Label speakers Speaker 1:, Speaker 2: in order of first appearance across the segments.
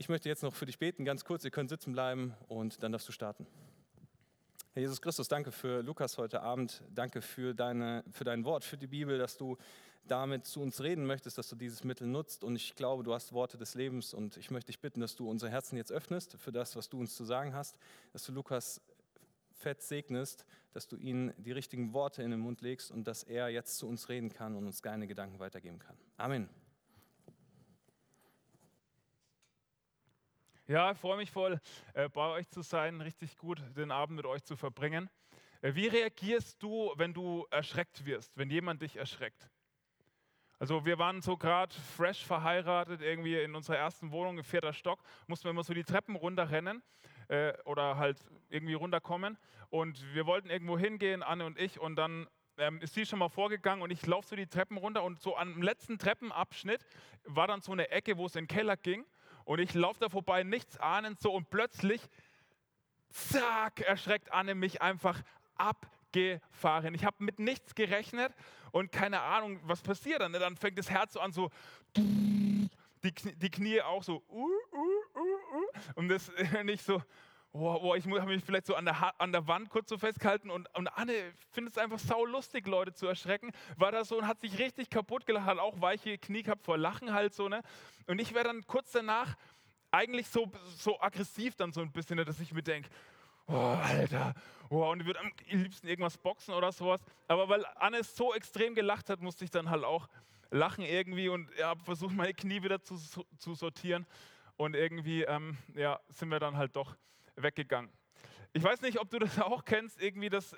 Speaker 1: möchte jetzt noch für dich beten, ganz kurz. Ihr könnt sitzen bleiben und dann darfst du starten. Herr Jesus Christus, danke für Lukas heute Abend. Danke für dein Wort, für die Bibel, dass du damit zu uns reden möchtest, dass du dieses Mittel nutzt. Und ich glaube, du hast Worte des Lebens. Und ich möchte dich bitten, dass du unsere Herzen jetzt öffnest für das, was du uns zu sagen hast. Dass du Lukas fett segnest, dass du ihm die richtigen Worte in den Mund legst und dass er jetzt zu uns reden kann und uns deine Gedanken weitergeben kann. Amen.
Speaker 2: Ja, ich freue mich voll, bei euch zu sein, richtig gut den Abend mit euch zu verbringen. Wie reagierst du, wenn du erschreckt wirst, wenn jemand dich erschreckt? Also wir waren so gerade fresh verheiratet, irgendwie in unserer ersten Wohnung im 4. Stock, mussten wir immer so die Treppen runterrennen oder halt irgendwie runterkommen. Und wir wollten irgendwo hingehen, Anne und ich, und dann ist sie schon mal vorgegangen und ich laufe so die Treppen runter und so am letzten Treppenabschnitt war dann so eine Ecke, wo es in den Keller ging. Und ich laufe da vorbei, nichts ahnend so und plötzlich, zack, erschreckt Anne mich einfach abgefahren. Ich habe mit nichts gerechnet und keine Ahnung, was passiert dann. Dann fängt das Herz so an, so die Knie auch so und das nicht so, ich habe mich vielleicht so an der Wand kurz so festgehalten und Anne findet es einfach saulustig, Leute zu erschrecken, war da so und hat sich richtig kaputt gelacht, hat auch weiche Knie gehabt vor Lachen halt so, ne? Und ich wäre dann kurz danach eigentlich so aggressiv dann so ein bisschen, dass ich mir denke, Alter, und ich würde am liebsten irgendwas boxen oder sowas, aber weil Anne so extrem gelacht hat, musste ich dann halt auch lachen irgendwie und habe versucht, meine Knie wieder zu sortieren und irgendwie sind wir dann halt doch weggegangen. Ich weiß nicht, ob du das auch kennst, irgendwie, dass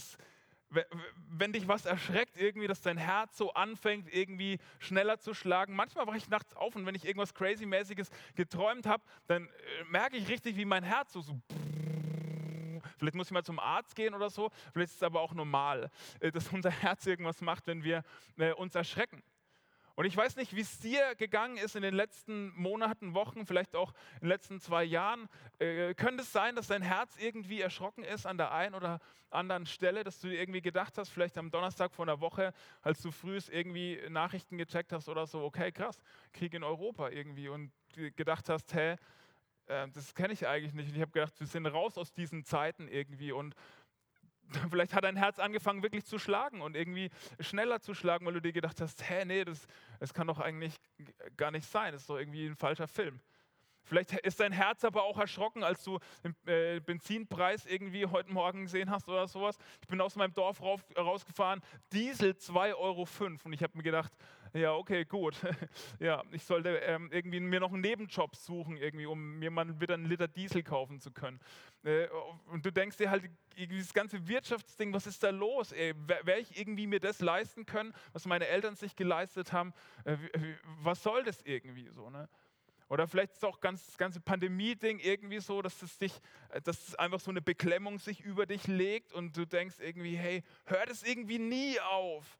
Speaker 2: wenn dich was erschreckt, irgendwie, dass dein Herz so anfängt, irgendwie schneller zu schlagen. Manchmal wache ich nachts auf und wenn ich irgendwas Crazy-mäßiges geträumt habe, dann merke ich richtig, wie mein Herz so vielleicht muss ich mal zum Arzt gehen oder so, vielleicht ist es aber auch normal, dass unser Herz irgendwas macht, wenn wir uns erschrecken. Und ich weiß nicht, wie es dir gegangen ist in den letzten Monaten, Wochen, vielleicht auch in den letzten 2 Jahren. Könnte es sein, dass dein Herz irgendwie erschrocken ist an der einen oder anderen Stelle, dass du dir irgendwie gedacht hast, vielleicht am Donnerstag vor einer Woche, als du frühst irgendwie Nachrichten gecheckt hast oder so, okay, krass, Krieg in Europa irgendwie und gedacht hast, das kenne ich eigentlich nicht. Und ich habe gedacht, wir sind raus aus diesen Zeiten irgendwie und vielleicht hat dein Herz angefangen wirklich zu schlagen und irgendwie schneller zu schlagen, weil du dir gedacht hast, nee, das kann doch eigentlich gar nicht sein, das ist doch irgendwie ein falscher Film. Vielleicht ist dein Herz aber auch erschrocken, als du den Benzinpreis irgendwie heute Morgen gesehen hast oder sowas. Ich bin aus meinem Dorf rausgefahren, Diesel 2,05 € und ich habe mir gedacht, ja, okay, gut. Ja, ich sollte irgendwie mir noch einen Nebenjob suchen, irgendwie, um mir mal wieder einen Liter Diesel kaufen zu können. Und du denkst dir halt, dieses ganze Wirtschaftsding, was ist da los? Werde ich irgendwie mir das leisten können, was meine Eltern sich geleistet haben? Was soll das irgendwie so, ne? Oder vielleicht ist auch das ganze Pandemie-Ding irgendwie so, dass es einfach so eine Beklemmung sich über dich legt und du denkst irgendwie, hey, hört es irgendwie nie auf.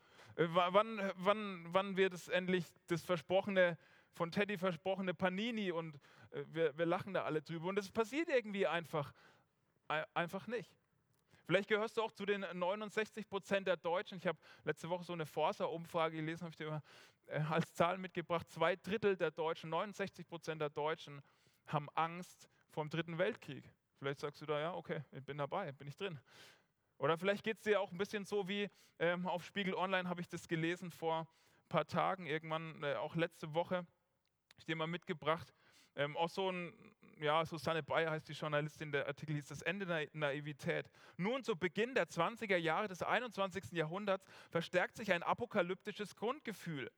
Speaker 2: Wann wird es endlich das versprochene, von Teddy versprochene Panini und wir lachen da alle drüber und es passiert irgendwie einfach nicht. Vielleicht gehörst du auch zu den 69% der Deutschen. Ich habe letzte Woche so eine Forsa-Umfrage gelesen, habe ich dir als Zahl mitgebracht. 2/3 der Deutschen, 69% der Deutschen haben Angst vor dem Dritten Weltkrieg. Vielleicht sagst du da, ja, okay, ich bin dabei, bin ich drin. Oder vielleicht geht es dir auch ein bisschen so wie auf Spiegel Online habe ich das gelesen vor ein paar Tagen, irgendwann auch letzte Woche, habe ich dir mal mitgebracht. Auch Susanne Bayer heißt die Journalistin, der Artikel hieß Das Ende der Naivität. Nun zu Beginn der 20er Jahre des 21. Jahrhunderts verstärkt sich ein apokalyptisches Grundgefühl.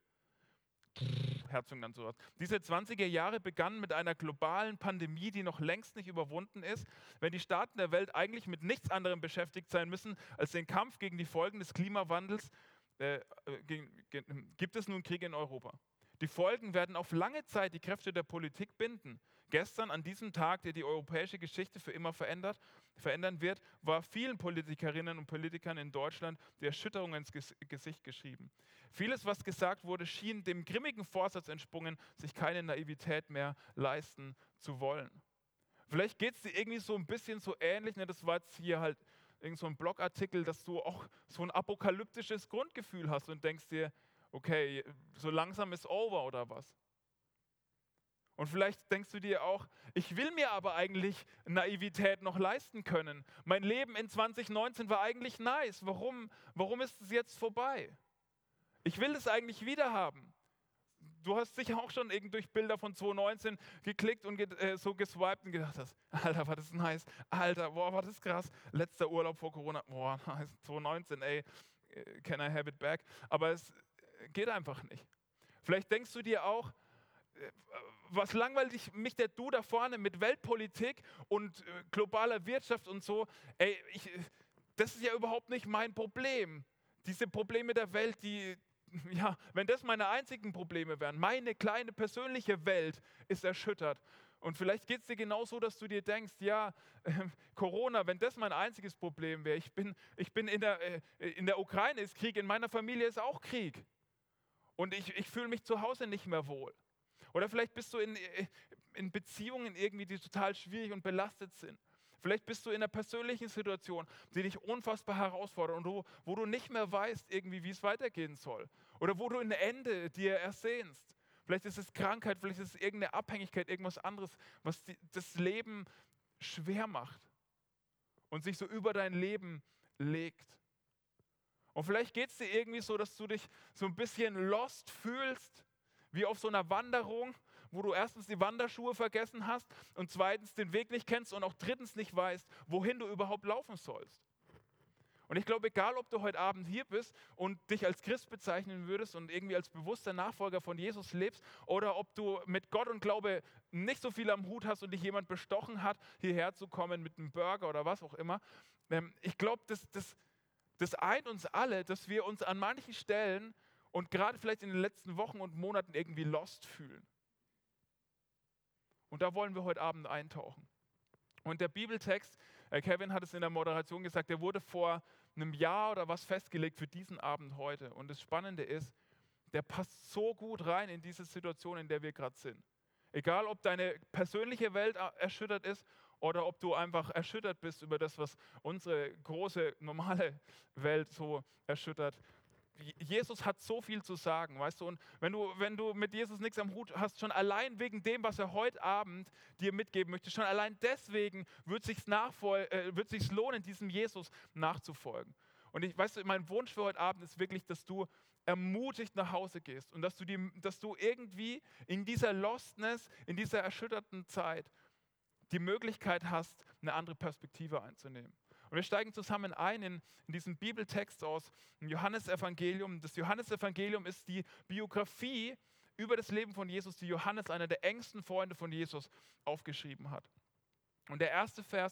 Speaker 2: Herzog dann sowas. Diese 20er Jahre begannen mit einer globalen Pandemie, die noch längst nicht überwunden ist, wenn die Staaten der Welt eigentlich mit nichts anderem beschäftigt sein müssen, als den Kampf gegen die Folgen des Klimawandels, gibt es nun Krieg in Europa. Die Folgen werden auf lange Zeit die Kräfte der Politik binden. Gestern, an diesem Tag, der die europäische Geschichte für immer verändern wird, war vielen Politikerinnen und Politikern in Deutschland die Erschütterung ins Gesicht geschrieben. Vieles, was gesagt wurde, schien dem grimmigen Vorsatz entsprungen, sich keine Naivität mehr leisten zu wollen. Vielleicht geht es dir irgendwie so ein bisschen so ähnlich, ne? Das war jetzt hier halt irgend so ein Blogartikel, dass du auch so ein apokalyptisches Grundgefühl hast und denkst dir, okay, so langsam ist over oder was? Und vielleicht denkst du dir auch, ich will mir aber eigentlich Naivität noch leisten können. Mein Leben in 2019 war eigentlich nice. Warum ist es jetzt vorbei? Ich will es eigentlich wieder haben. Du hast sicher auch schon irgendwie durch Bilder von 2019 geklickt und so geswiped und gedacht hast, Alter, war das nice. Alter, boah, war das krass. Letzter Urlaub vor Corona. Boah, nice. 2019, ey, can I have it back? Aber es geht einfach nicht. Vielleicht denkst du dir auch, was langweilt mich der Du da vorne mit Weltpolitik und globaler Wirtschaft und so? Ey, das ist ja überhaupt nicht mein Problem. Diese Probleme der Welt, ja, wenn das meine einzigen Probleme wären, meine kleine persönliche Welt ist erschüttert. Und vielleicht geht es dir genauso, dass du dir denkst, ja, Corona, wenn das mein einziges Problem wäre, ich bin in der Ukraine ist Krieg, in meiner Familie ist auch Krieg. Und ich fühle mich zu Hause nicht mehr wohl. Oder vielleicht bist du in Beziehungen irgendwie, die total schwierig und belastet sind. Vielleicht bist du in einer persönlichen Situation, die dich unfassbar herausfordert und wo du nicht mehr weißt, irgendwie, wie es weitergehen soll. Oder wo du ein Ende dir ersehnst. Vielleicht ist es Krankheit, vielleicht ist es irgendeine Abhängigkeit, irgendwas anderes, was das Leben schwer macht und sich so über dein Leben legt. Und vielleicht geht es dir irgendwie so, dass du dich so ein bisschen lost fühlst, wie auf so einer Wanderung, wo du erstens die Wanderschuhe vergessen hast und zweitens den Weg nicht kennst und auch drittens nicht weißt, wohin du überhaupt laufen sollst. Und ich glaube, egal ob du heute Abend hier bist und dich als Christ bezeichnen würdest und irgendwie als bewusster Nachfolger von Jesus lebst oder ob du mit Gott und Glaube nicht so viel am Hut hast und dich jemand bestochen hat, hierher zu kommen mit einem Burger oder was auch immer. Ich glaube, das eint uns alle, dass wir uns an manchen Stellen und gerade vielleicht in den letzten Wochen und Monaten irgendwie lost fühlen. Und da wollen wir heute Abend eintauchen. Und der Bibeltext, Kevin hat es in der Moderation gesagt, der wurde vor einem Jahr oder was festgelegt für diesen Abend heute. Und das Spannende ist, der passt so gut rein in diese Situation, in der wir gerade sind. Egal, ob deine persönliche Welt erschüttert ist oder ob du einfach erschüttert bist über das, was unsere große, normale Welt so erschüttert. Jesus hat so viel zu sagen, weißt du, und wenn du mit Jesus nichts am Hut hast, schon allein wegen dem, was er heute Abend dir mitgeben möchte, schon allein deswegen wird es sich lohnen, diesem Jesus nachzufolgen. Und mein Wunsch für heute Abend ist wirklich, dass du ermutigt nach Hause gehst und dass du irgendwie in dieser Lostness, in dieser erschütterten Zeit die Möglichkeit hast, eine andere Perspektive einzunehmen. Und wir steigen zusammen ein in diesen Bibeltext aus dem Johannesevangelium. Das Johannesevangelium ist die Biografie über das Leben von Jesus, die Johannes, einer der engsten Freunde von Jesus, aufgeschrieben hat. Und der erste Vers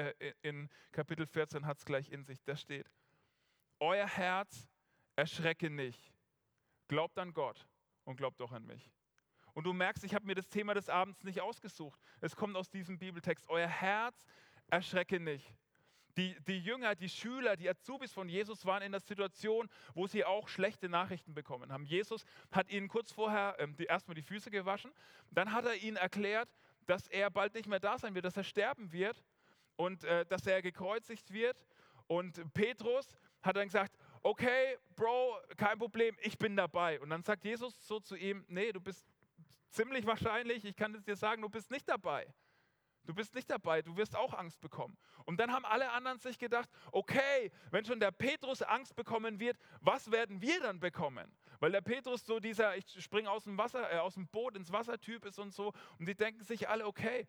Speaker 2: in Kapitel 14 hat es gleich in sich. Da steht: Euer Herz erschrecke nicht. Glaubt an Gott und glaubt auch an mich. Und du merkst, ich habe mir das Thema des Abends nicht ausgesucht. Es kommt aus diesem Bibeltext. Euer Herz erschrecke nicht. Die Jünger, die Schüler, die Azubis von Jesus waren in der Situation, wo sie auch schlechte Nachrichten bekommen haben. Jesus hat ihnen kurz vorher erstmal die Füße gewaschen. Dann hat er ihnen erklärt, dass er bald nicht mehr da sein wird, dass er sterben wird und dass er gekreuzigt wird. Und Petrus hat dann gesagt, okay, Bro, kein Problem, ich bin dabei. Und dann sagt Jesus so zu ihm, nee, du bist ziemlich wahrscheinlich, ich kann es dir sagen, du bist nicht dabei. Du bist nicht dabei, du wirst auch Angst bekommen. Und dann haben alle anderen sich gedacht, okay, wenn schon der Petrus Angst bekommen wird, was werden wir dann bekommen? Weil der Petrus so dieser, ich springe aus dem Boot ins Wasser Typ ist und so. Und die denken sich alle, okay,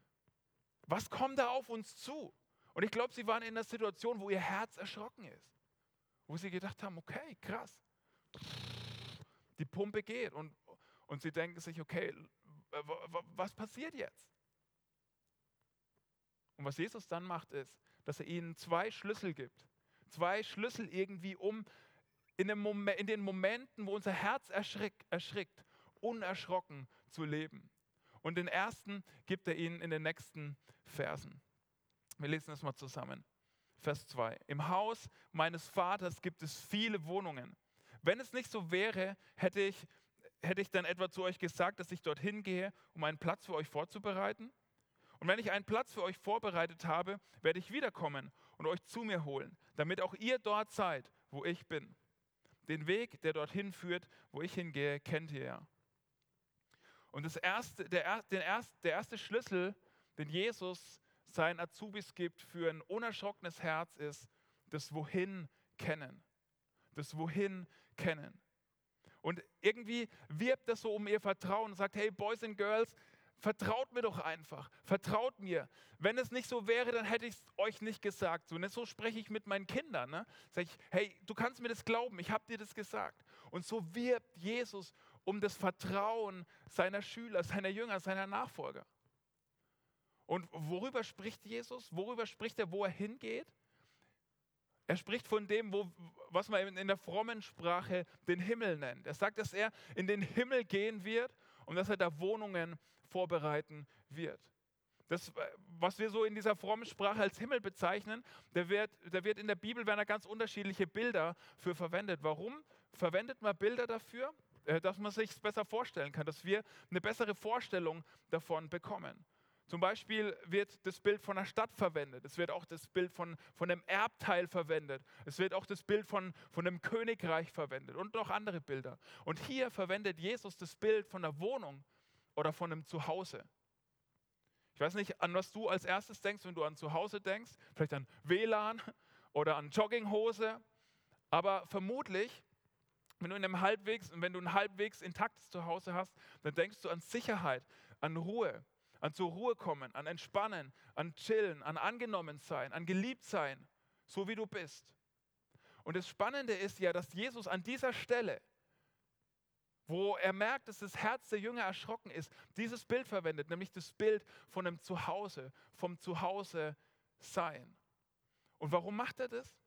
Speaker 2: was kommt da auf uns zu? Und ich glaube, sie waren in einer Situation, wo ihr Herz erschrocken ist. Wo sie gedacht haben, okay, krass. Die Pumpe geht. Und sie denken sich, okay, was passiert jetzt? Und was Jesus dann macht, ist, dass er ihnen 2 Schlüssel gibt. 2 Schlüssel irgendwie, um in den Momenten, wo unser Herz erschrickt, unerschrocken zu leben. Und den ersten gibt er ihnen in den nächsten Versen. Wir lesen das mal zusammen. Vers 2. Im Haus meines Vaters gibt es viele Wohnungen. Wenn es nicht so wäre, hätte ich dann etwa zu euch gesagt, dass ich dorthin gehe, um einen Platz für euch vorzubereiten? Und wenn ich einen Platz für euch vorbereitet habe, werde ich wiederkommen und euch zu mir holen, damit auch ihr dort seid, wo ich bin. Den Weg, der dorthin führt, wo ich hingehe, kennt ihr ja. Und der erste Schlüssel, den Jesus seinen Azubis gibt für ein unerschrockenes Herz, ist das Wohin kennen. Das Wohin kennen. Und irgendwie wirbt das so um ihr Vertrauen und sagt, hey Boys and Girls, vertraut mir doch einfach, vertraut mir. Wenn es nicht so wäre, dann hätte ich es euch nicht gesagt. So spreche ich mit meinen Kindern. Ne? Sage ich, hey, du kannst mir das glauben, ich habe dir das gesagt. Und so wirbt Jesus um das Vertrauen seiner Schüler, seiner Jünger, seiner Nachfolger. Und worüber spricht Jesus? Worüber spricht er, wo er hingeht? Er spricht von dem, was man in der frommen Sprache den Himmel nennt. Er sagt, dass er in den Himmel gehen wird und dass er da Wohnungen vorbereiten wird. Das, was wir so in dieser frommen Sprache als Himmel bezeichnen, da wird in der Bibel werden da ganz unterschiedliche Bilder für verwendet. Warum verwendet man Bilder dafür? Dass man sich es besser vorstellen kann, dass wir eine bessere Vorstellung davon bekommen. Zum Beispiel wird das Bild von einer Stadt verwendet. Es wird auch das Bild von einem Erbteil verwendet. Es wird auch das Bild von einem Königreich verwendet und noch andere Bilder. Und hier verwendet Jesus das Bild von einer Wohnung oder von einem Zuhause. Ich weiß nicht, an was du als erstes denkst, wenn du an Zuhause denkst. Vielleicht an WLAN oder an Jogginghose. Aber vermutlich, wenn du ein halbwegs intaktes Zuhause hast, dann denkst du an Sicherheit, an Ruhe. An zur Ruhe kommen, an Entspannen, an Chillen, an Angenommensein, an Geliebtsein, so wie du bist. Und das Spannende ist ja, dass Jesus an dieser Stelle, wo er merkt, dass das Herz der Jünger erschrocken ist, dieses Bild verwendet, nämlich das Bild von einem Zuhause, vom Zuhause sein. Und warum macht er das?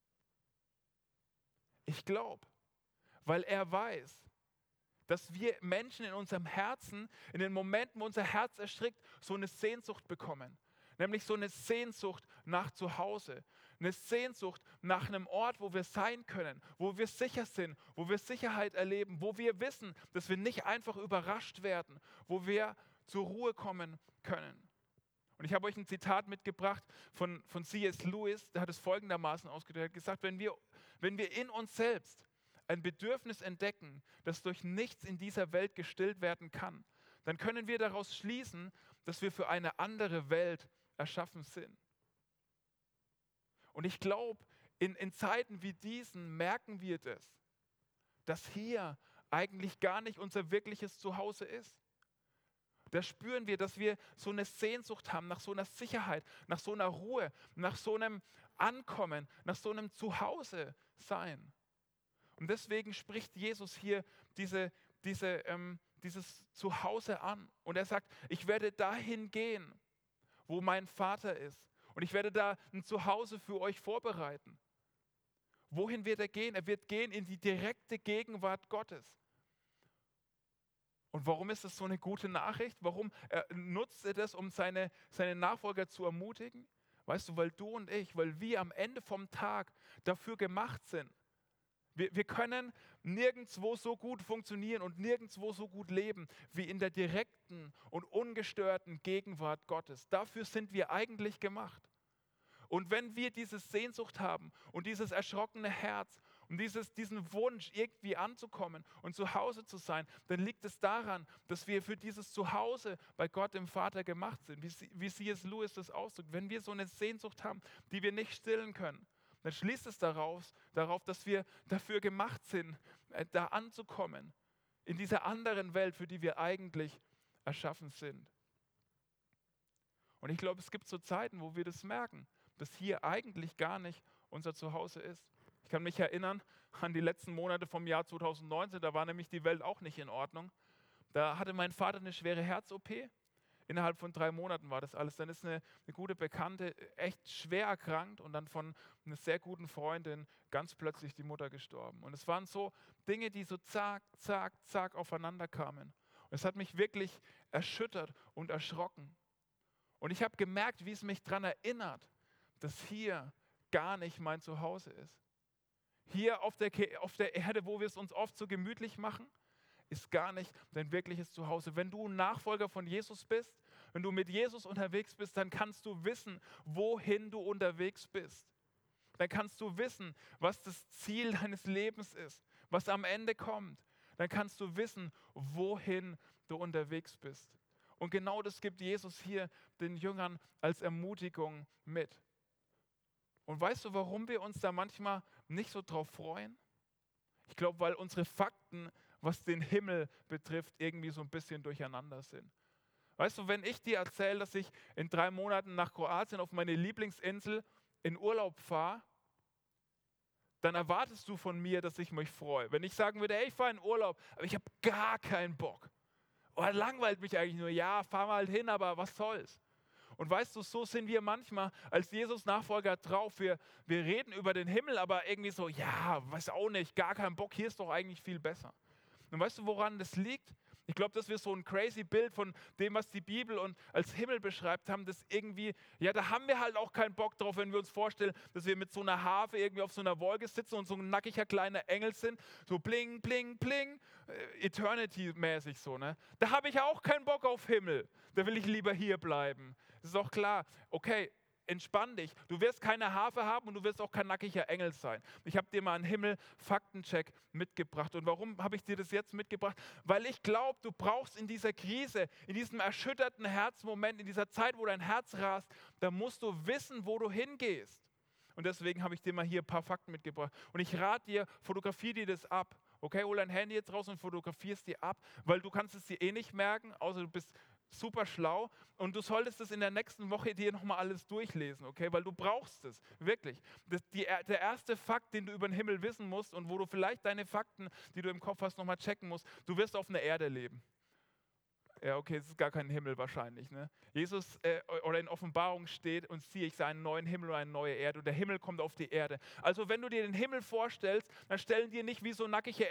Speaker 2: Ich glaube, weil er weiß, dass wir Menschen in unserem Herzen, in den Momenten, wo unser Herz erschrickt, so eine Sehnsucht bekommen. Nämlich so eine Sehnsucht nach Zuhause. Eine Sehnsucht nach einem Ort, wo wir sein können, wo wir sicher sind, wo wir Sicherheit erleben, wo wir wissen, dass wir nicht einfach überrascht werden, wo wir zur Ruhe kommen können. Und ich habe euch ein Zitat mitgebracht von C.S. Lewis, der hat es folgendermaßen ausgedrückt, er hat gesagt, wenn wir in uns selbst ein Bedürfnis entdecken, das durch nichts in dieser Welt gestillt werden kann, dann können wir daraus schließen, dass wir für eine andere Welt erschaffen sind. Und ich glaube, in Zeiten wie diesen merken wir das, dass hier eigentlich gar nicht unser wirkliches Zuhause ist. Da spüren wir, dass wir so eine Sehnsucht haben nach so einer Sicherheit, nach so einer Ruhe, nach so einem Ankommen, nach so einem Zuhause sein. Und deswegen spricht Jesus hier dieses Zuhause an. Und er sagt, ich werde dahin gehen, wo mein Vater ist. Und ich werde da ein Zuhause für euch vorbereiten. Wohin wird er gehen? Er wird gehen in die direkte Gegenwart Gottes. Und warum ist das so eine gute Nachricht? Warum nutzt er das, um seine Nachfolger zu ermutigen? Weißt du, weil du und ich, weil wir am Ende vom Tag dafür gemacht sind. Wir können nirgendwo so gut funktionieren und nirgendwo so gut leben wie in der direkten und ungestörten Gegenwart Gottes. Dafür sind wir eigentlich gemacht. Und wenn wir diese Sehnsucht haben und dieses erschrockene Herz und diesen Wunsch, irgendwie anzukommen und zu Hause zu sein, dann liegt es daran, dass wir für dieses Zuhause bei Gott dem Vater gemacht sind, wie C.S. Lewis das ausdrückt. Wenn wir so eine Sehnsucht haben, die wir nicht stillen können, dann schließt es darauf, dass wir dafür gemacht sind, da anzukommen, in dieser anderen Welt, für die wir eigentlich erschaffen sind. Und ich glaube, es gibt so Zeiten, wo wir das merken, dass hier eigentlich gar nicht unser Zuhause ist. Ich kann mich erinnern an die letzten Monate vom Jahr 2019, da war nämlich die Welt auch nicht in Ordnung. Da hatte mein Vater eine schwere Herz-OP. Innerhalb von 3 Monaten war das alles. Dann ist eine gute Bekannte echt schwer erkrankt und dann von einer sehr guten Freundin ganz plötzlich die Mutter gestorben. Und es waren so Dinge, die so zack, zack, zack aufeinander kamen. Und es hat mich wirklich erschüttert und erschrocken. Und ich habe gemerkt, wie es mich daran erinnert, dass hier gar nicht mein Zuhause ist. Hier auf der Erde, wo wir es uns oft so gemütlich machen, ist gar nicht dein wirkliches Zuhause. Wenn du ein Nachfolger von Jesus bist, wenn du mit Jesus unterwegs bist, dann kannst du wissen, wohin du unterwegs bist. Dann kannst du wissen, was das Ziel deines Lebens ist, was am Ende kommt. Dann kannst du wissen, wohin du unterwegs bist. Und genau das gibt Jesus hier den Jüngern als Ermutigung mit. Und weißt du, warum wir uns da manchmal nicht so drauf freuen? Ich glaube, weil unsere Fakten, was den Himmel betrifft, irgendwie so ein bisschen durcheinander sind. Weißt du, wenn ich dir erzähle, dass ich in 3 Monaten nach Kroatien auf meine Lieblingsinsel in Urlaub fahre, dann erwartest du von mir, dass ich mich freue. Wenn ich sagen würde, hey, ich fahre in Urlaub, aber ich habe gar keinen Bock. Oder langweilt mich eigentlich nur, ja, fahr mal halt hin, aber was soll's? Und weißt du, so sind wir manchmal als Jesus-Nachfolger drauf. Wir reden über den Himmel, aber irgendwie so, ja, weiß auch nicht, gar keinen Bock, hier ist doch eigentlich viel besser. Und weißt du, woran das liegt? Ich glaube, dass wir so ein crazy Bild von dem, was die Bibel und als Himmel beschreibt haben, das irgendwie, ja, da haben wir halt auch keinen Bock drauf, wenn wir uns vorstellen, dass wir mit so einer Harfe irgendwie auf so einer Wolke sitzen und so ein nackiger kleiner Engel sind, so bling, bling, bling, Eternity-mäßig so, ne? Da habe ich auch keinen Bock auf Himmel, da will ich lieber hier bleiben. Das ist doch klar, okay, entspann dich. Du wirst keine Harfe haben und du wirst auch kein nackiger Engel sein. Ich habe dir mal einen Himmel-Faktencheck mitgebracht. Und warum habe ich dir das jetzt mitgebracht? Weil ich glaube, du brauchst in dieser Krise, in diesem erschütterten Herzmoment, in dieser Zeit, wo dein Herz rast, da musst du wissen, wo du hingehst. Und deswegen habe ich dir mal hier ein paar Fakten mitgebracht. Und ich rate dir, fotografier dir das ab. Okay, hol dein Handy jetzt raus und fotografier es dir ab, weil du kannst es dir eh nicht merken, außer du bist super schlau und du solltest es in der nächsten Woche dir nochmal alles durchlesen, okay, weil du brauchst es, wirklich. Der erste Fakt, den du über den Himmel wissen musst und wo du vielleicht deine Fakten, die du im Kopf hast, nochmal checken musst, du wirst auf einer Erde leben. Ja, okay, es ist gar kein Himmel wahrscheinlich. Ne? Jesus oder in Offenbarung steht und siehe, ich sah einen neuen Himmel und eine neue Erde und der Himmel kommt auf die Erde. Also wenn du dir den Himmel vorstellst, dann stellen dir nicht wie so nackige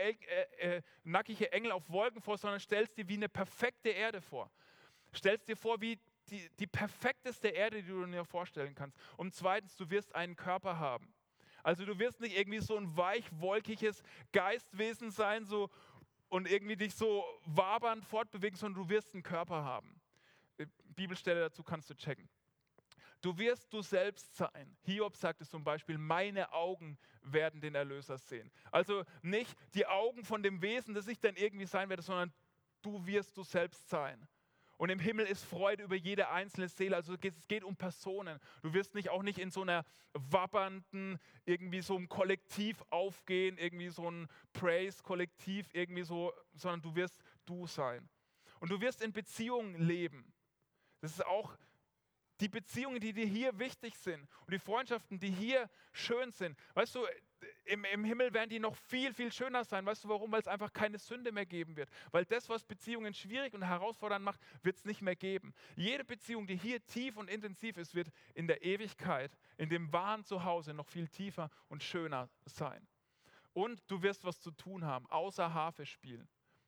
Speaker 2: Engel auf Wolken vor, sondern stellst dir wie eine perfekte Erde vor. Stellst dir vor, wie die perfekteste Erde, die du dir vorstellen kannst. Und zweitens, du wirst einen Körper haben. Also du wirst nicht irgendwie so ein weich, wolkiges Geistwesen sein so, und irgendwie dich so wabernd fortbewegen, sondern du wirst einen Körper haben. Bibelstelle dazu kannst du checken. Du wirst du selbst sein. Hiob sagte zum Beispiel, meine Augen werden den Erlöser sehen. Also nicht die Augen von dem Wesen, das ich dann irgendwie sein werde, sondern du wirst du selbst sein. Und im Himmel ist Freude über jede einzelne Seele. Also es geht um Personen. Du wirst auch nicht in so einer wabbernden, irgendwie so einem Kollektiv aufgehen, irgendwie so ein Praise-Kollektiv, irgendwie so, sondern du wirst du sein. Und du wirst in Beziehungen leben. Das ist auch die Beziehungen, die dir hier wichtig sind und die Freundschaften, die hier schön sind. Weißt du, im Himmel werden die noch viel, viel schöner sein. Weißt du warum? Weil es einfach keine Sünde mehr geben wird. Weil das, was Beziehungen schwierig und herausfordernd macht, wird es nicht mehr geben. Jede Beziehung, die hier tief und intensiv ist, wird in der Ewigkeit, in dem wahren Zuhause noch viel tiefer und schöner sein. Und du wirst was zu tun haben, außer Harfe spielen.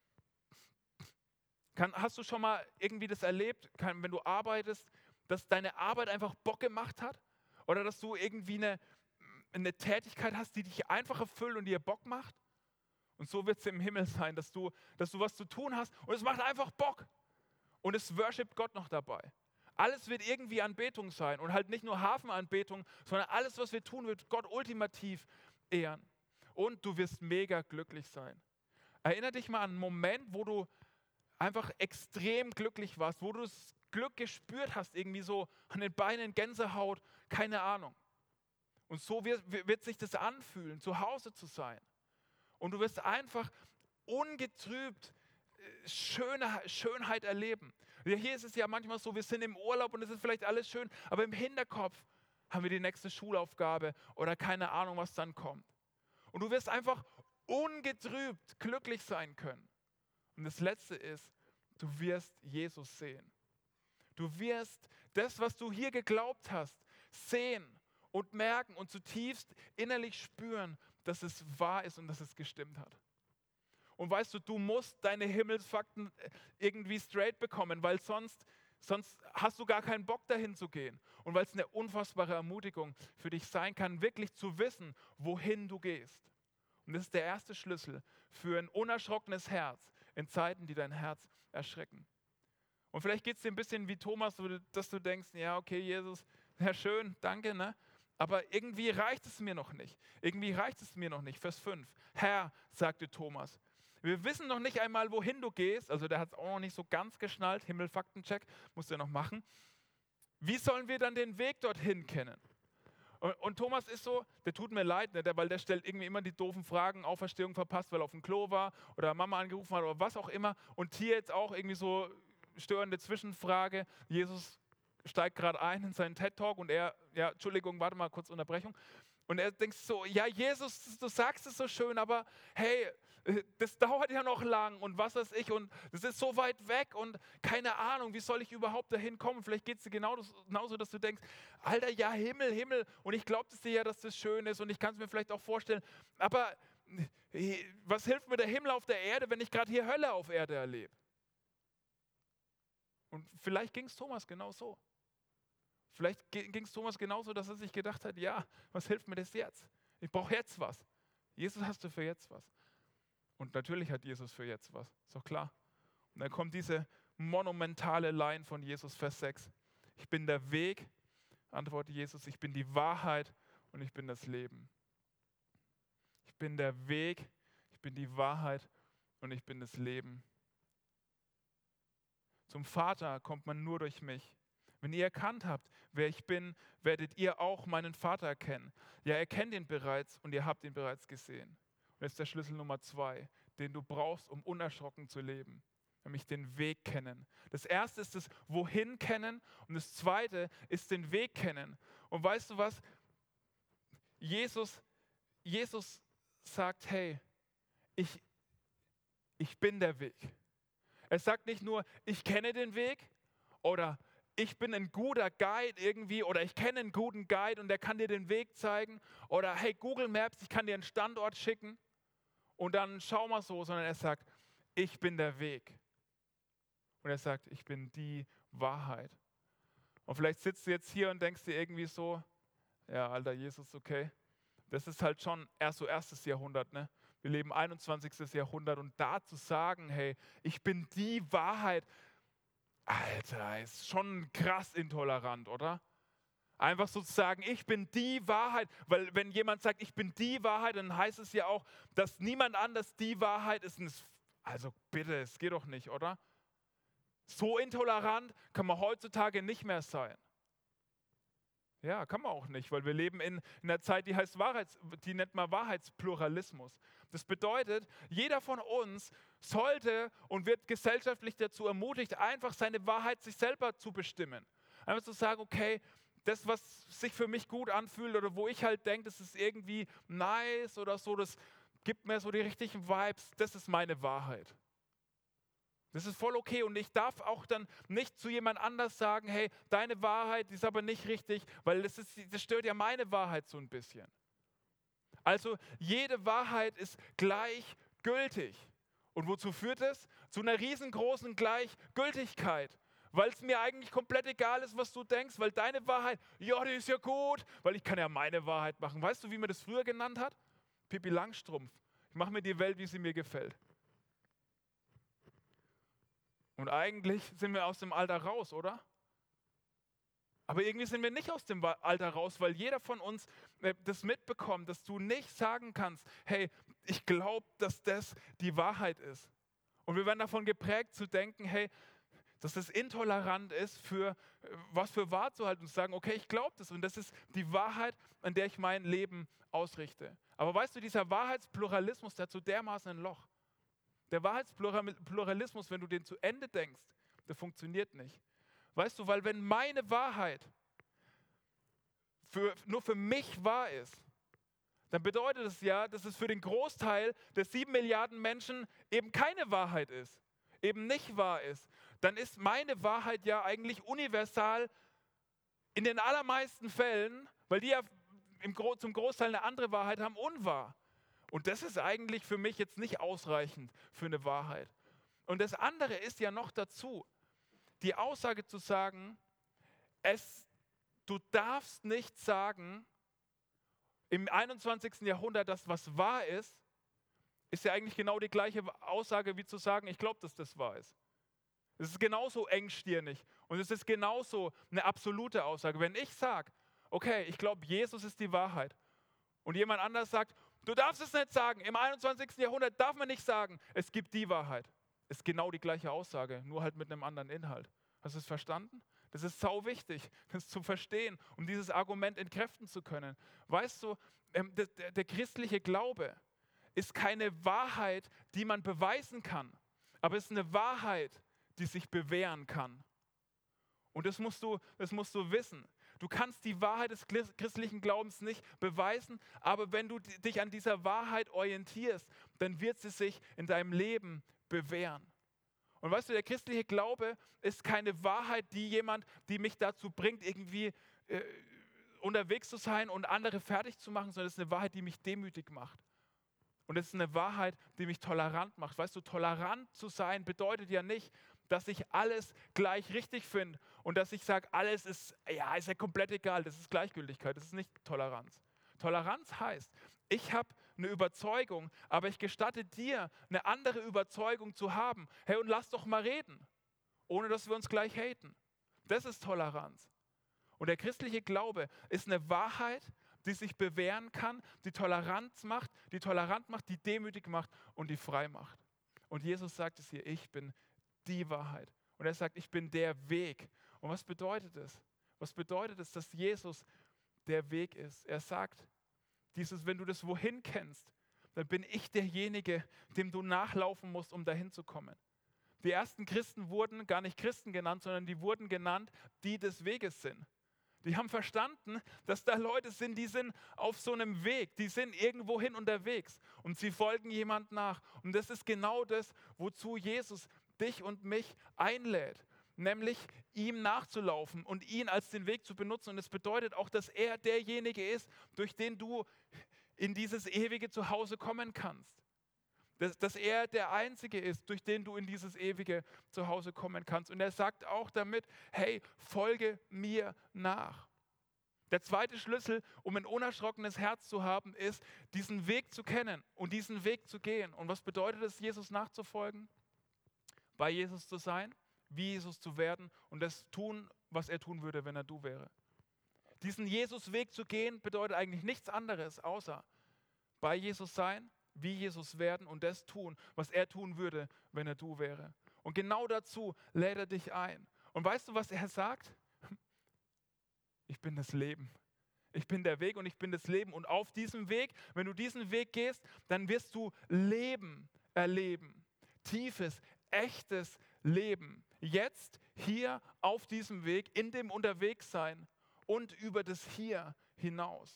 Speaker 2: Hast du schon mal irgendwie das erlebt, wenn du arbeitest, dass deine Arbeit einfach Bock gemacht hat? Oder dass du irgendwie eine Tätigkeit hast, die dich einfach erfüllt und dir Bock macht? Und so wird es im Himmel sein, dass du was zu tun hast und es macht einfach Bock. Und es worshipt Gott noch dabei. Alles wird irgendwie Anbetung sein und halt nicht nur Hafenanbetung, sondern alles, was wir tun, wird Gott ultimativ ehren. Und du wirst mega glücklich sein. Erinnere dich mal an einen Moment, wo du einfach extrem glücklich warst, wo du das Glück gespürt hast, irgendwie so an den Beinen, Gänsehaut, keine Ahnung. Und so wird sich das anfühlen, zu Hause zu sein. Und du wirst einfach ungetrübt Schönheit erleben. Hier ist es ja manchmal so, wir sind im Urlaub und es ist vielleicht alles schön, aber im Hinterkopf haben wir die nächste Schulaufgabe oder keine Ahnung, was dann kommt. Und du wirst einfach ungetrübt glücklich sein können. Und das Letzte ist, du wirst Jesus sehen. Du wirst das, was du hier geglaubt hast, sehen und merken und zutiefst innerlich spüren, dass es wahr ist und dass es gestimmt hat. Und weißt du, du musst deine Himmelsfakten irgendwie straight bekommen, weil sonst hast du gar keinen Bock dahin zu gehen. Und weil es eine unfassbare Ermutigung für dich sein kann, wirklich zu wissen, wohin du gehst. Und das ist der erste Schlüssel für ein unerschrockenes Herz in Zeiten, die dein Herz erschrecken. Und vielleicht geht es dir ein bisschen wie Thomas, dass du denkst, ja okay Jesus, ja schön, danke, ne? Aber irgendwie reicht es mir noch nicht. Irgendwie reicht es mir noch nicht. Vers 5. Herr, sagte Thomas, Wir wissen noch nicht einmal, wohin du gehst. Also der hat es auch noch nicht so ganz geschnallt. Himmelfaktencheck, musst du ja noch machen. Wie sollen wir dann den Weg dorthin kennen? Und Thomas ist so, der tut mir leid, ne, weil der stellt irgendwie immer die doofen Fragen, Auferstehung verpasst, weil er auf dem Klo war oder Mama angerufen hat oder was auch immer. Und hier jetzt auch irgendwie so störende Zwischenfrage. Jesus steigt gerade ein in seinen TED-Talk und er, ja, Entschuldigung, warte mal, kurz Unterbrechung. Und er denkt so, ja Jesus, du sagst es so schön, aber hey, das dauert ja noch lang und was weiß ich und das ist so weit weg und keine Ahnung, wie soll ich überhaupt dahin kommen? Vielleicht geht es dir genauso, dass du denkst, Alter, ja Himmel, Himmel und ich glaube dir ja, dass das schön ist und ich kann es mir vielleicht auch vorstellen, aber was hilft mir der Himmel auf der Erde, wenn ich gerade hier Hölle auf Erde erlebe? Und vielleicht ging es Thomas genau so. Vielleicht ging es Thomas genauso, dass er sich gedacht hat, ja, was hilft mir das jetzt? Ich brauche jetzt was. Jesus, hast du für jetzt was? Und natürlich hat Jesus für jetzt was, ist doch klar. Und dann kommt diese monumentale Line von Jesus, Vers 6. Ich bin der Weg, antwortet Jesus, ich bin die Wahrheit und ich bin das Leben. Ich bin der Weg, ich bin die Wahrheit und ich bin das Leben. Zum Vater kommt man nur durch mich. Wenn ihr erkannt habt, wer ich bin, werdet ihr auch meinen Vater erkennen. Ja, ihr kennt ihn bereits und ihr habt ihn bereits gesehen. Und das ist der Schlüssel Nummer 2, den du brauchst, um unerschrocken zu leben. Nämlich den Weg kennen. Das erste ist das Wohin kennen und das zweite ist den Weg kennen. Und weißt du was? Jesus sagt, hey, ich bin der Weg. Er sagt nicht nur, ich kenne den Weg oder ich bin ein guter Guide irgendwie oder ich kenne einen guten Guide und der kann dir den Weg zeigen oder hey, Google Maps, ich kann dir einen Standort schicken und dann schau mal so, sondern er sagt, ich bin der Weg. Und er sagt, ich bin die Wahrheit. Und vielleicht sitzt du jetzt hier und denkst dir irgendwie so, ja, alter Jesus, okay, das ist halt schon erst so erstes Jahrhundert, ne? Wir leben 21. Jahrhundert und da zu sagen, hey, ich bin die Wahrheit, Alter, ist schon krass intolerant, oder? Einfach so zu sagen, ich bin die Wahrheit, weil wenn jemand sagt, ich bin die Wahrheit, dann heißt es ja auch, dass niemand anders die Wahrheit ist. Also bitte, es geht doch nicht, oder? So intolerant kann man heutzutage nicht mehr sein. Ja, kann man auch nicht, weil wir leben in einer Zeit, die nennt man Wahrheitspluralismus. Das bedeutet, jeder von uns sollte und wird gesellschaftlich dazu ermutigt, einfach seine Wahrheit sich selber zu bestimmen. Einfach zu sagen, okay, das, was sich für mich gut anfühlt oder wo ich halt denke, das ist irgendwie nice oder so, das gibt mir so die richtigen Vibes, das ist meine Wahrheit. Das ist voll okay und ich darf auch dann nicht zu jemand anders sagen, hey, deine Wahrheit ist aber nicht richtig, weil das stört ja meine Wahrheit so ein bisschen. Also jede Wahrheit ist gleichgültig. Und wozu führt es? Zu einer riesengroßen Gleichgültigkeit. Weil es mir eigentlich komplett egal ist, was du denkst, weil deine Wahrheit, ja, die ist ja gut, weil ich kann ja meine Wahrheit machen. Weißt du, wie man das früher genannt hat? Pippi Langstrumpf. Ich mache mir die Welt, wie sie mir gefällt. Und eigentlich sind wir aus dem Alter raus, oder? Aber irgendwie sind wir nicht aus dem Alter raus, weil jeder von uns das mitbekommt, dass du nicht sagen kannst, hey, ich glaube, dass das die Wahrheit ist. Und wir werden davon geprägt zu denken, hey, dass das intolerant ist, für was für wahr zu halten und zu sagen, okay, ich glaube das und das ist die Wahrheit, an der ich mein Leben ausrichte. Aber weißt du, dieser Wahrheitspluralismus, der hat so dermaßen ein Loch. Der Wahrheitspluralismus, wenn du den zu Ende denkst, der funktioniert nicht. Weißt du, weil wenn meine Wahrheit nur für mich wahr ist, dann bedeutet es ja, dass es für den Großteil der 7 Milliarden Menschen eben keine Wahrheit ist, eben nicht wahr ist. Dann ist meine Wahrheit ja eigentlich universal in den allermeisten Fällen, weil die ja zum Großteil eine andere Wahrheit haben, unwahr. Und das ist eigentlich für mich jetzt nicht ausreichend für eine Wahrheit. Und das andere ist ja noch dazu, die Aussage zu sagen, du darfst nicht sagen, im 21. Jahrhundert, dass was wahr ist ja eigentlich genau die gleiche Aussage wie zu sagen, ich glaube, dass das wahr ist. Es ist genauso engstirnig und es ist genauso eine absolute Aussage. Wenn ich sage, okay, ich glaube, Jesus ist die Wahrheit und jemand anders sagt, Du darfst es nicht sagen. Im 21. Jahrhundert darf man nicht sagen, es gibt die Wahrheit. Es ist genau die gleiche Aussage, nur halt mit einem anderen Inhalt. Hast du es verstanden? Das ist sau wichtig, das zu verstehen, um dieses Argument entkräften zu können. Weißt du, der christliche Glaube ist keine Wahrheit, die man beweisen kann, aber es ist eine Wahrheit, die sich bewähren kann. Und das musst du wissen. Du kannst die Wahrheit des christlichen Glaubens nicht beweisen, aber wenn du dich an dieser Wahrheit orientierst, dann wird sie sich in deinem Leben bewähren. Und weißt du, der christliche Glaube ist keine Wahrheit, die mich dazu bringt, irgendwie unterwegs zu sein und andere fertig zu machen, sondern es ist eine Wahrheit, die mich demütig macht. Und es ist eine Wahrheit, die mich tolerant macht. Weißt du, tolerant zu sein bedeutet ja nicht, dass ich alles gleich richtig finde und dass ich sage, alles ist ja komplett egal. Das ist Gleichgültigkeit, das ist nicht Toleranz. Toleranz heißt, ich habe eine Überzeugung, aber ich gestatte dir, eine andere Überzeugung zu haben. Hey, und lass doch mal reden, ohne dass wir uns gleich haten. Das ist Toleranz. Und der christliche Glaube ist eine Wahrheit, die sich bewähren kann, die tolerant macht, die demütig macht und die frei macht. Und Jesus sagt es hier, ich bin die Wahrheit. Und er sagt, ich bin der Weg. Und was bedeutet es? Was bedeutet es, dass Jesus der Weg ist? Er sagt, wenn du das Wohin kennst, dann bin ich derjenige, dem du nachlaufen musst, um dahin zu kommen. Die ersten Christen wurden gar nicht Christen genannt, sondern die wurden genannt, die des Weges sind. Die haben verstanden, dass da Leute sind, die sind auf so einem Weg, die sind irgendwohin unterwegs und sie folgen jemand nach. Und das ist genau das, wozu Jesus dich und mich einlädt, nämlich ihm nachzulaufen und ihn als den Weg zu benutzen. Und es bedeutet auch, dass er derjenige ist, durch den du in dieses ewige Zuhause kommen kannst. Dass er der Einzige ist, durch den du in dieses ewige Zuhause kommen kannst. Und er sagt auch damit, hey, folge mir nach. Der zweite Schlüssel, um ein unerschrockenes Herz zu haben, ist, diesen Weg zu kennen und diesen Weg zu gehen. Und was bedeutet es, Jesus nachzufolgen? Bei Jesus zu sein, wie Jesus zu werden und das tun, was er tun würde, wenn er du wäre. Diesen Jesus-Weg zu gehen, bedeutet eigentlich nichts anderes, außer bei Jesus sein, wie Jesus werden und das tun, was er tun würde, wenn er du wäre. Und genau dazu lädt er dich ein. Und weißt du, was er sagt? Ich bin das Leben. Ich bin der Weg und ich bin das Leben. Und auf diesem Weg, wenn du diesen Weg gehst, dann wirst du Leben erleben. Tiefes, echtes Leben. Jetzt, hier, auf diesem Weg, in dem Unterwegssein und über das Hier hinaus.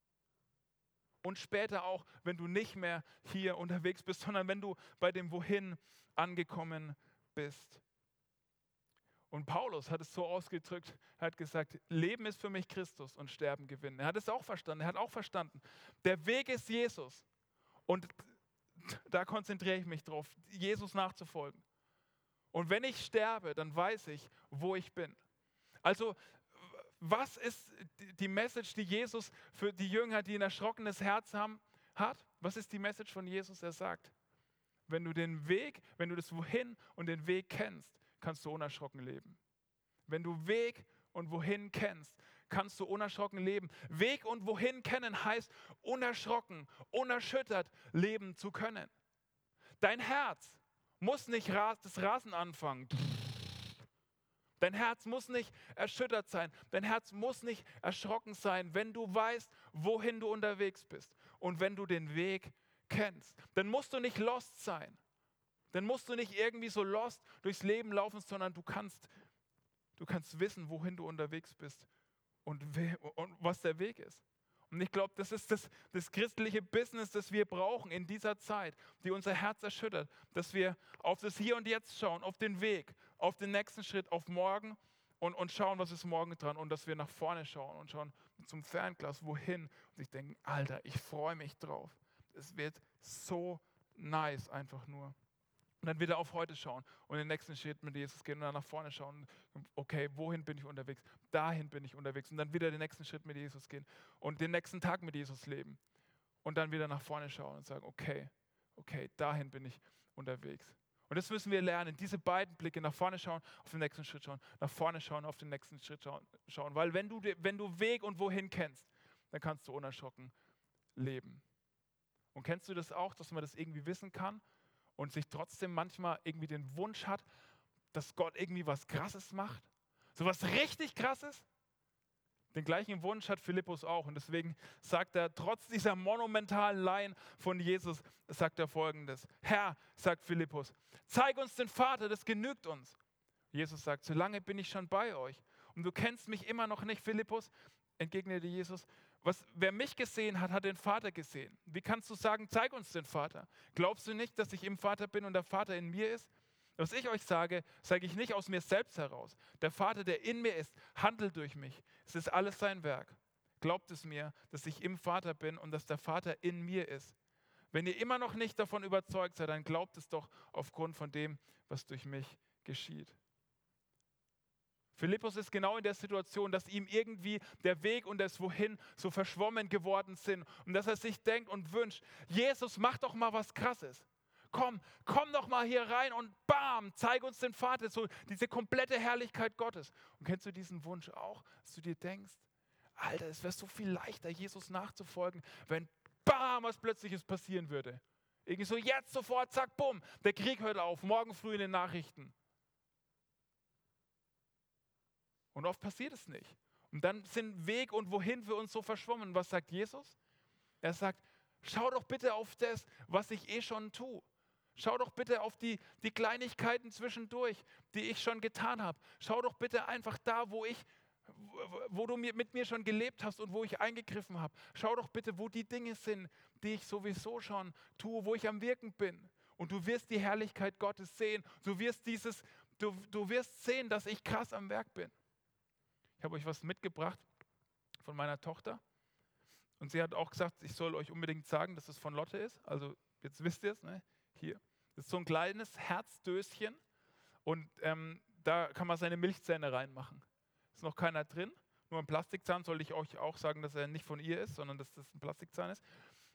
Speaker 2: Und später auch, wenn du nicht mehr hier unterwegs bist, sondern wenn du bei dem Wohin angekommen bist. Und Paulus hat es so ausgedrückt, er hat gesagt, Leben ist für mich Christus und Sterben Gewinn. Er hat es auch verstanden, er hat auch verstanden, der Weg ist Jesus. Und da konzentriere ich mich drauf, Jesus nachzufolgen. Und wenn ich sterbe, dann weiß ich, wo ich bin. Also, was ist die Message, die Jesus für die Jünger, die ein erschrockenes Herz haben, hat? Was ist die Message von Jesus? Er sagt, wenn du den Weg, wenn du das Wohin und den Weg kennst, kannst du unerschrocken leben. Wenn du Weg und Wohin kennst, kannst du unerschrocken leben. Weg und Wohin kennen heißt, unerschrocken, unerschüttert leben zu können. Dein Herz muss nicht das Rasen anfangen. Dein Herz muss nicht erschüttert sein. Dein Herz muss nicht erschrocken sein, wenn du weißt, wohin du unterwegs bist. Und wenn du den Weg kennst. Dann musst du nicht lost sein. Dann musst du nicht irgendwie so lost durchs Leben laufen, sondern du kannst wissen, wohin du unterwegs bist und was der Weg ist. Und ich glaube, das ist das christliche Business, das wir brauchen in dieser Zeit, die unser Herz erschüttert, dass wir auf das Hier und Jetzt schauen, auf den Weg, auf den nächsten Schritt, auf morgen und schauen, was ist morgen dran und dass wir nach vorne schauen und schauen zum Fernglas, wohin. Und ich denke, Alter, ich freue mich drauf. Es wird so nice einfach nur. Und dann wieder auf heute schauen und den nächsten Schritt mit Jesus gehen und dann nach vorne schauen. Okay, wohin bin ich unterwegs? Dahin bin ich unterwegs. Und dann wieder den nächsten Schritt mit Jesus gehen und den nächsten Tag mit Jesus leben. Und dann wieder nach vorne schauen und sagen, okay, dahin bin ich unterwegs. Und das müssen wir lernen, diese beiden Blicke, nach vorne schauen, auf den nächsten Schritt schauen, nach vorne schauen, auf den nächsten Schritt schauen. Weil wenn du Weg und wohin kennst, dann kannst du unerschrocken leben. Und kennst du das auch, dass man das irgendwie wissen kann und sich trotzdem manchmal irgendwie den Wunsch hat, dass Gott irgendwie was Krasses macht? So was richtig Krasses? Den gleichen Wunsch hat Philippus auch. Und deswegen sagt er, trotz dieser monumentalen Laien von Jesus, sagt er Folgendes. Herr, sagt Philippus, zeig uns den Vater, das genügt uns. Jesus sagt, solange bin ich schon bei euch. Und du kennst mich immer noch nicht, Philippus, entgegnete Jesus. Wer mich gesehen hat, hat den Vater gesehen. Wie kannst du sagen, zeig uns den Vater? Glaubst du nicht, dass ich im Vater bin und der Vater in mir ist? Was ich euch sage, sage ich nicht aus mir selbst heraus. Der Vater, der in mir ist, handelt durch mich. Es ist alles sein Werk. Glaubt es mir, dass ich im Vater bin und dass der Vater in mir ist. Wenn ihr immer noch nicht davon überzeugt seid, dann glaubt es doch aufgrund von dem, was durch mich geschieht. Philippus ist genau in der Situation, dass ihm irgendwie der Weg und das Wohin so verschwommen geworden sind und dass er sich denkt und wünscht, Jesus, mach doch mal was Krasses. Komm doch mal hier rein und bam, zeig uns den Vater, so diese komplette Herrlichkeit Gottes. Und kennst du diesen Wunsch auch, dass du dir denkst, Alter, es wäre so viel leichter, Jesus nachzufolgen, wenn bam, was Plötzliches passieren würde. Irgendwie so jetzt sofort, zack, bumm, der Krieg hört auf, morgen früh in den Nachrichten. Und oft passiert es nicht. Und dann sind Weg und Wohin für uns so verschwommen. Was sagt Jesus? Er sagt, schau doch bitte auf das, was ich eh schon tue. Schau doch bitte auf die Kleinigkeiten zwischendurch, die ich schon getan habe. Schau doch bitte einfach da, wo du mit mir schon gelebt hast und wo ich eingegriffen habe. Schau doch bitte, wo die Dinge sind, die ich sowieso schon tue, wo ich am Wirken bin. Und du wirst die Herrlichkeit Gottes sehen. Du wirst sehen, dass ich krass am Werk bin. Ich habe euch was mitgebracht von meiner Tochter. Und sie hat auch gesagt, ich soll euch unbedingt sagen, dass es von Lotte ist. Also jetzt wisst ihr es, ne? Hier. Das ist so ein kleines Herzdöschen und da kann man seine Milchzähne reinmachen. Ist noch keiner drin, nur ein Plastikzahn. Sollte ich euch auch sagen, dass er nicht von ihr ist, sondern dass das ein Plastikzahn ist.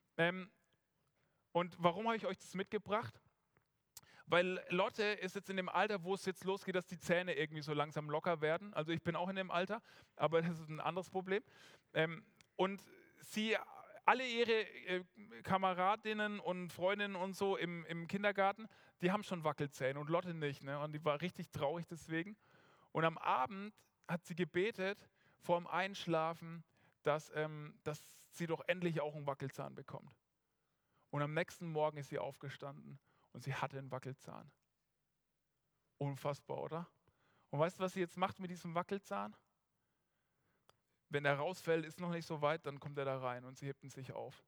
Speaker 2: Und warum habe ich euch das mitgebracht? Weil Lotte ist jetzt in dem Alter, wo es jetzt losgeht, dass die Zähne irgendwie so langsam locker werden. Also ich bin auch in dem Alter, aber das ist ein anderes Problem. Und alle ihre Kameradinnen und Freundinnen und so im Kindergarten, die haben schon Wackelzähne und Lotte nicht. Ne? Und die war richtig traurig deswegen. Und am Abend hat sie gebetet, vor dem Einschlafen, dass sie doch endlich auch einen Wackelzahn bekommt. Und am nächsten Morgen ist sie aufgestanden und sie hatte einen Wackelzahn. Unfassbar, oder? Und weißt du, was sie jetzt macht mit diesem Wackelzahn? Wenn er rausfällt, ist noch nicht so weit, dann kommt er da rein und sie hebt ihn sich auf.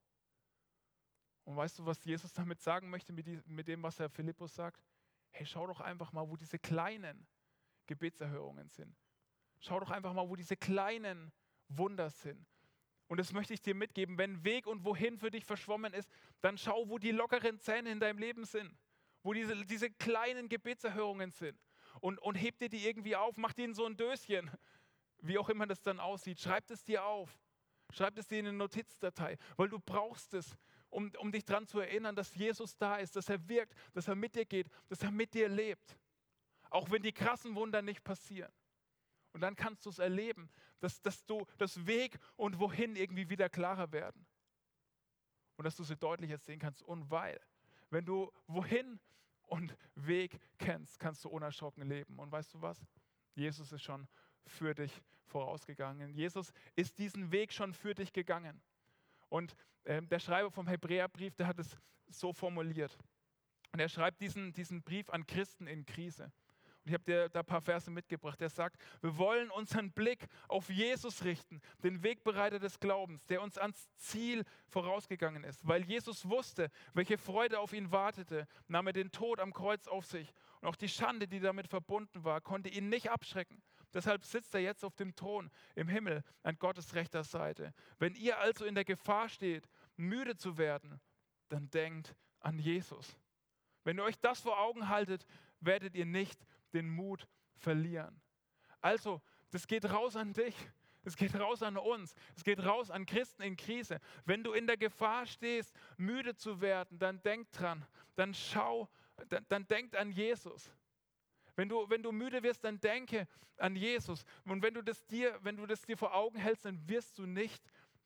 Speaker 2: Und weißt du, was Jesus damit sagen möchte, mit dem, was Herr Philippus sagt? Hey, schau doch einfach mal, wo diese kleinen Gebetserhörungen sind. Schau doch einfach mal, wo diese kleinen Wunder sind. Und das möchte ich dir mitgeben, wenn Weg und Wohin für dich verschwommen ist, dann schau, wo die lockeren Zähne in deinem Leben sind. Wo diese kleinen Gebetserhörungen sind. Und heb dir die irgendwie auf, mach dir in so ein Döschen. Wie auch immer das dann aussieht, schreib es dir auf. Schreib es dir in eine Notizdatei, weil du brauchst es, um dich daran zu erinnern, dass Jesus da ist, dass er wirkt, dass er mit dir geht, dass er mit dir lebt. Auch wenn die krassen Wunder nicht passieren. Und dann kannst du es erleben, dass das Weg und Wohin irgendwie wieder klarer werden. Und dass du sie deutlicher sehen kannst. Und wenn du Wohin und Weg kennst, kannst du unerschrocken leben. Und weißt du was? Jesus ist schon für dich vorausgegangen. Jesus ist diesen Weg schon für dich gegangen. Und der Schreiber vom Hebräerbrief, der hat es so formuliert. Und er schreibt diesen Brief an Christen in Krise. Und ich habe dir da ein paar Verse mitgebracht. Er sagt, wir wollen unseren Blick auf Jesus richten, den Wegbereiter des Glaubens, der uns ans Ziel vorausgegangen ist. Weil Jesus wusste, welche Freude auf ihn wartete, nahm er den Tod am Kreuz auf sich. Und auch die Schande, die damit verbunden war, konnte ihn nicht abschrecken. Deshalb sitzt er jetzt auf dem Thron im Himmel an Gottes rechter Seite. Wenn ihr also in der Gefahr steht, müde zu werden, dann denkt an Jesus. Wenn ihr euch das vor Augen haltet, werdet ihr nicht den Mut verlieren. Also, das geht raus an dich. Es geht raus an uns. Es geht raus an Christen in Krise. Wenn du in der Gefahr stehst, müde zu werden, dann denk dran. Dann denk an Jesus. Wenn du müde wirst, dann denke an Jesus. Und wenn du das dir vor Augen hältst, dann wirst du nicht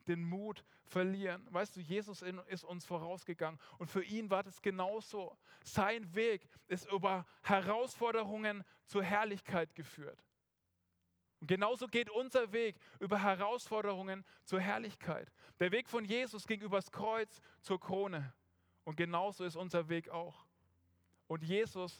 Speaker 2: den Mut verlieren. Weißt du, Jesus ist uns vorausgegangen und für ihn war das genauso. Sein Weg ist über Herausforderungen zur Herrlichkeit geführt. Und genauso geht unser Weg über Herausforderungen zur Herrlichkeit. Der Weg von Jesus ging übers Kreuz zur Krone. Und genauso ist unser Weg auch. Und Jesus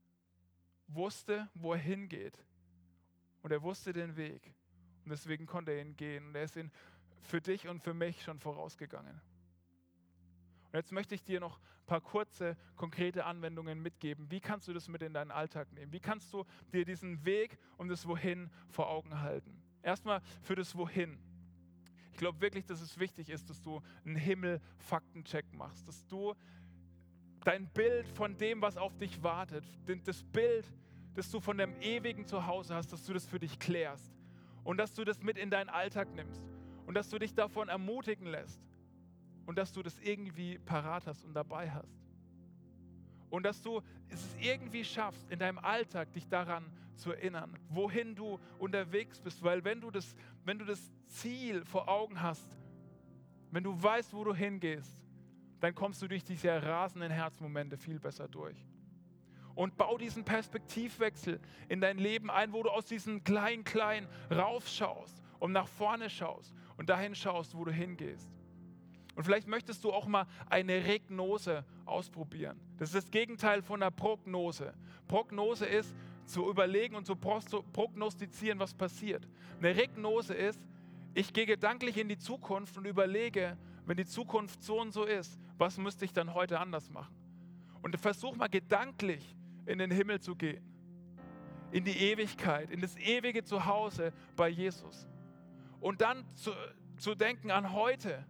Speaker 2: wusste, wo er hingeht. Und er wusste den Weg. Und deswegen konnte er ihn gehen. Und er ist ihn für dich und für mich schon vorausgegangen. Und jetzt möchte ich dir noch ein paar kurze, konkrete Anwendungen mitgeben. Wie kannst du das mit in deinen Alltag nehmen? Wie kannst du dir diesen Weg und das Wohin vor Augen halten? Erstmal für das Wohin. Ich glaube wirklich, dass es wichtig ist, dass du einen Himmel-Faktencheck machst. Dass du dein Bild von dem, was auf dich wartet, das Bild, das du von deinem ewigen Zuhause hast, dass du das für dich klärst. Und dass du das mit in deinen Alltag nimmst. Und dass du dich davon ermutigen lässt. Und dass du das irgendwie parat hast und dabei hast. Und dass du es irgendwie schaffst, in deinem Alltag dich daran zu erinnern, wohin du unterwegs bist. Weil wenn du das Ziel vor Augen hast, wenn du weißt, wo du hingehst, dann kommst du durch diese rasenden Herzmomente viel besser durch. Und bau diesen Perspektivwechsel in dein Leben ein, wo du aus diesem Klein raufschaust und nach vorne schaust und dahin schaust, wo du hingehst. Und vielleicht möchtest du auch mal eine Regnose ausprobieren. Das ist das Gegenteil von einer Prognose. Prognose ist, zu überlegen und zu prognostizieren, was passiert. Eine Regnose ist, ich gehe gedanklich in die Zukunft und überlege, wenn die Zukunft so und so ist, was müsste ich dann heute anders machen? Und versuch mal gedanklich in den Himmel zu gehen, in die Ewigkeit, in das ewige Zuhause bei Jesus. Und dann zu denken an heute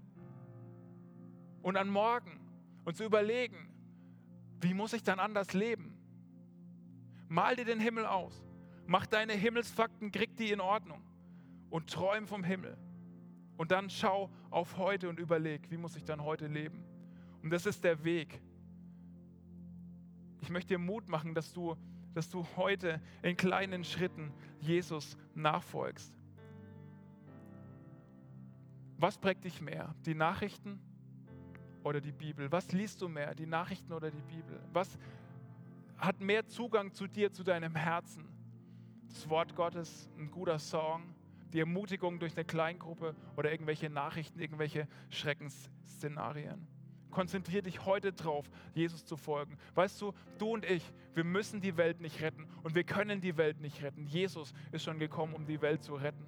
Speaker 2: und an morgen und zu überlegen, wie muss ich dann anders leben? Mal dir den Himmel aus, mach deine Himmelsfakten, krieg die in Ordnung und träum vom Himmel. Und dann schau auf heute und überleg, wie muss ich dann heute leben? Und das ist der Weg. Ich möchte dir Mut machen, dass du heute in kleinen Schritten Jesus nachfolgst. Was prägt dich mehr? Die Nachrichten oder die Bibel? Was liest du mehr? Die Nachrichten oder die Bibel? Was hat mehr Zugang zu dir, zu deinem Herzen? Das Wort Gottes, ein guter Song, die Ermutigung durch eine Kleingruppe oder irgendwelche Nachrichten, irgendwelche Schreckensszenarien. Konzentriere dich heute drauf, Jesus zu folgen. Weißt du, du und ich, wir müssen die Welt nicht retten und wir können die Welt nicht retten. Jesus ist schon gekommen, um die Welt zu retten.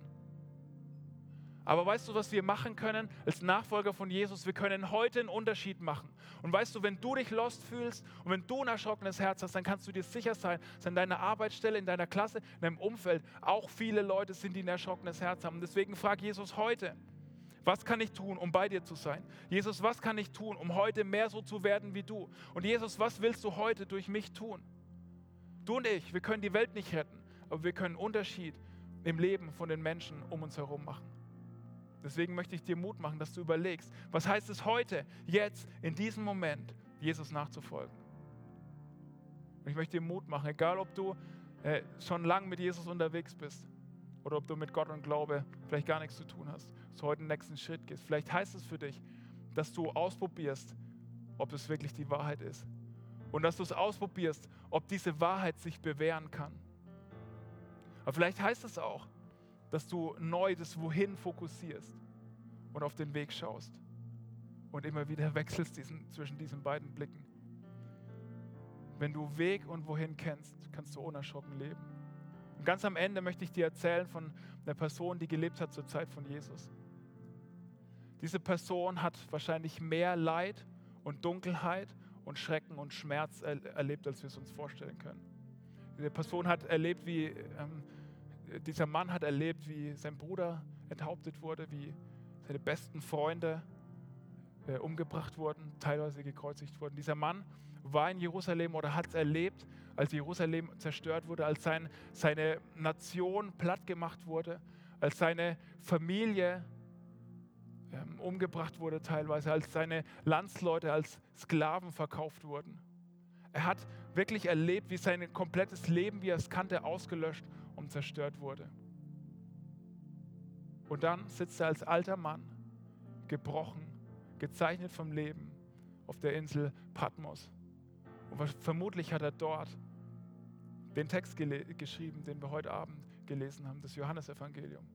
Speaker 2: Aber weißt du, was wir machen können als Nachfolger von Jesus? Wir können heute einen Unterschied machen. Und weißt du, wenn du dich lost fühlst und wenn du ein erschrockenes Herz hast, dann kannst du dir sicher sein, dass an deiner Arbeitsstelle, in deiner Klasse, in deinem Umfeld auch viele Leute sind, die ein erschrockenes Herz haben. Und deswegen frag Jesus heute, was kann ich tun, um bei dir zu sein? Jesus, was kann ich tun, um heute mehr so zu werden wie du? Und Jesus, was willst du heute durch mich tun? Du und ich, wir können die Welt nicht retten, aber wir können einen Unterschied im Leben von den Menschen um uns herum machen. Deswegen möchte ich dir Mut machen, dass du überlegst, was heißt es heute, jetzt, in diesem Moment, Jesus nachzufolgen. Und ich möchte dir Mut machen, egal ob du schon lange mit Jesus unterwegs bist oder ob du mit Gott und Glaube vielleicht gar nichts zu tun hast, dass du heute den nächsten Schritt gehst. Vielleicht heißt es für dich, dass du ausprobierst, ob es wirklich die Wahrheit ist. Und dass du es ausprobierst, ob diese Wahrheit sich bewähren kann. Aber vielleicht heißt es auch, dass du neu das Wohin fokussierst und auf den Weg schaust und immer wieder wechselst zwischen diesen beiden Blicken. Wenn du Weg und Wohin kennst, kannst du unerschrocken leben. Und ganz am Ende möchte ich dir erzählen von einer Person, die gelebt hat zur Zeit von Jesus. Diese Person hat wahrscheinlich mehr Leid und Dunkelheit und Schrecken und Schmerz erlebt, als wir es uns vorstellen können. Diese Person hat erlebt, dieser Mann hat erlebt, wie sein Bruder enthauptet wurde, wie seine besten Freunde umgebracht wurden, teilweise gekreuzigt wurden. Dieser Mann war in Jerusalem oder hat es erlebt, als Jerusalem zerstört wurde, als seine Nation platt gemacht wurde, als seine Familie umgebracht wurde teilweise, als seine Landsleute als Sklaven verkauft wurden. Er hat wirklich erlebt, wie sein komplettes Leben, wie er es kannte, ausgelöscht und zerstört wurde. Und dann sitzt er als alter Mann gebrochen, gezeichnet vom Leben auf der Insel Patmos. Und vermutlich hat er dort den Text geschrieben, den wir heute Abend gelesen haben, das Johannesevangelium.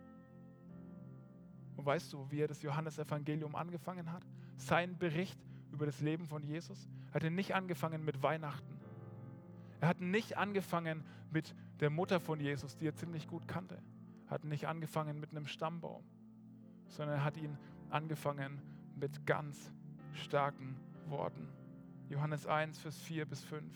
Speaker 2: Und weißt du, wie er das Johannesevangelium angefangen hat? Sein Bericht über das Leben von Jesus hat er nicht angefangen mit Weihnachten. Er hat nicht angefangen mit der Mutter von Jesus, die er ziemlich gut kannte. Er hat nicht angefangen mit einem Stammbaum, sondern er hat ihn angefangen mit ganz starken Worten. Johannes 1, Vers 4 bis 5.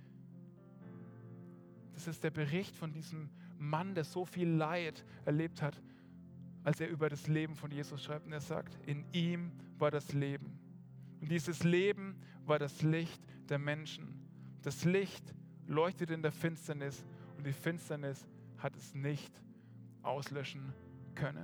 Speaker 2: Das ist der Bericht von diesem Mann, der so viel Leid erlebt hat, als er über das Leben von Jesus schreibt. Und er sagt, in ihm war das Leben. Und dieses Leben war das Licht der Menschen. Das Licht leuchtet in der Finsternis und die Finsternis hat es nicht auslöschen können.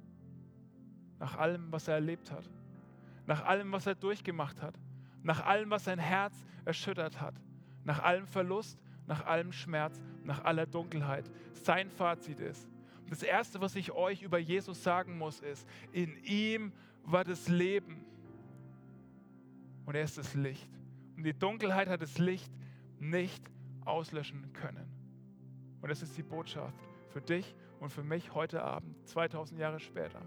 Speaker 2: Nach allem, was er erlebt hat, nach allem, was er durchgemacht hat, nach allem, was sein Herz erschüttert hat, nach allem Verlust, nach allem Schmerz, nach aller Dunkelheit. Sein Fazit ist, das Erste, was ich euch über Jesus sagen muss, ist, in ihm war das Leben und er ist das Licht. Und die Dunkelheit hat das Licht nicht auslöschen können. Und das ist die Botschaft für dich und für mich heute Abend, 2000 Jahre später.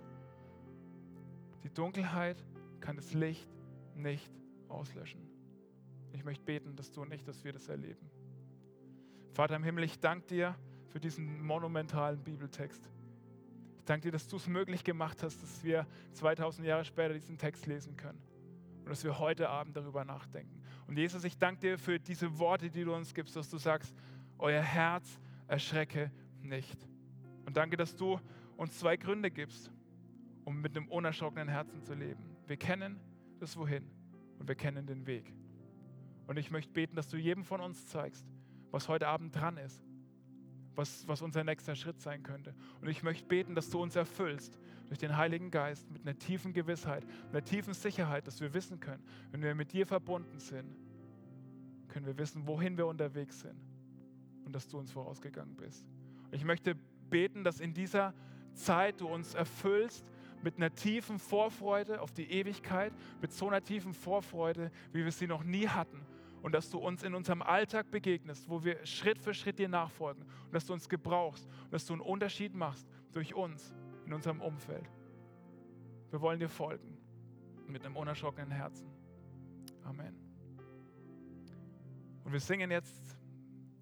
Speaker 2: Die Dunkelheit kann das Licht nicht auslöschen. Ich möchte beten, dass du und ich, dass wir das erleben. Vater im Himmel, ich danke dir für diesen monumentalen Bibeltext. Ich danke dir, dass du es möglich gemacht hast, dass wir 2000 Jahre später diesen Text lesen können und dass wir heute Abend darüber nachdenken. Und Jesus, ich danke dir für diese Worte, die du uns gibst, dass du sagst, euer Herz erschrecke nicht. Und danke, dass du uns 2 Gründe gibst, um mit einem unerschrockenen Herzen zu leben. Wir kennen das Wohin und wir kennen den Weg. Und ich möchte beten, dass du jedem von uns zeigst, was heute Abend dran ist, was unser nächster Schritt sein könnte. Und ich möchte beten, dass du uns erfüllst durch den Heiligen Geist mit einer tiefen Gewissheit, einer tiefen Sicherheit, dass wir wissen können, wenn wir mit dir verbunden sind, können wir wissen, wohin wir unterwegs sind und dass du uns vorausgegangen bist. Und ich möchte beten, dass in dieser Zeit du uns erfüllst mit einer tiefen Vorfreude auf die Ewigkeit, mit so einer tiefen Vorfreude, wie wir sie noch nie hatten. Und dass du uns in unserem Alltag begegnest, wo wir Schritt für Schritt dir nachfolgen. Und dass du uns gebrauchst und dass du einen Unterschied machst durch uns in unserem Umfeld. Wir wollen dir folgen mit einem unerschrockenen Herzen. Amen. Und wir singen jetzt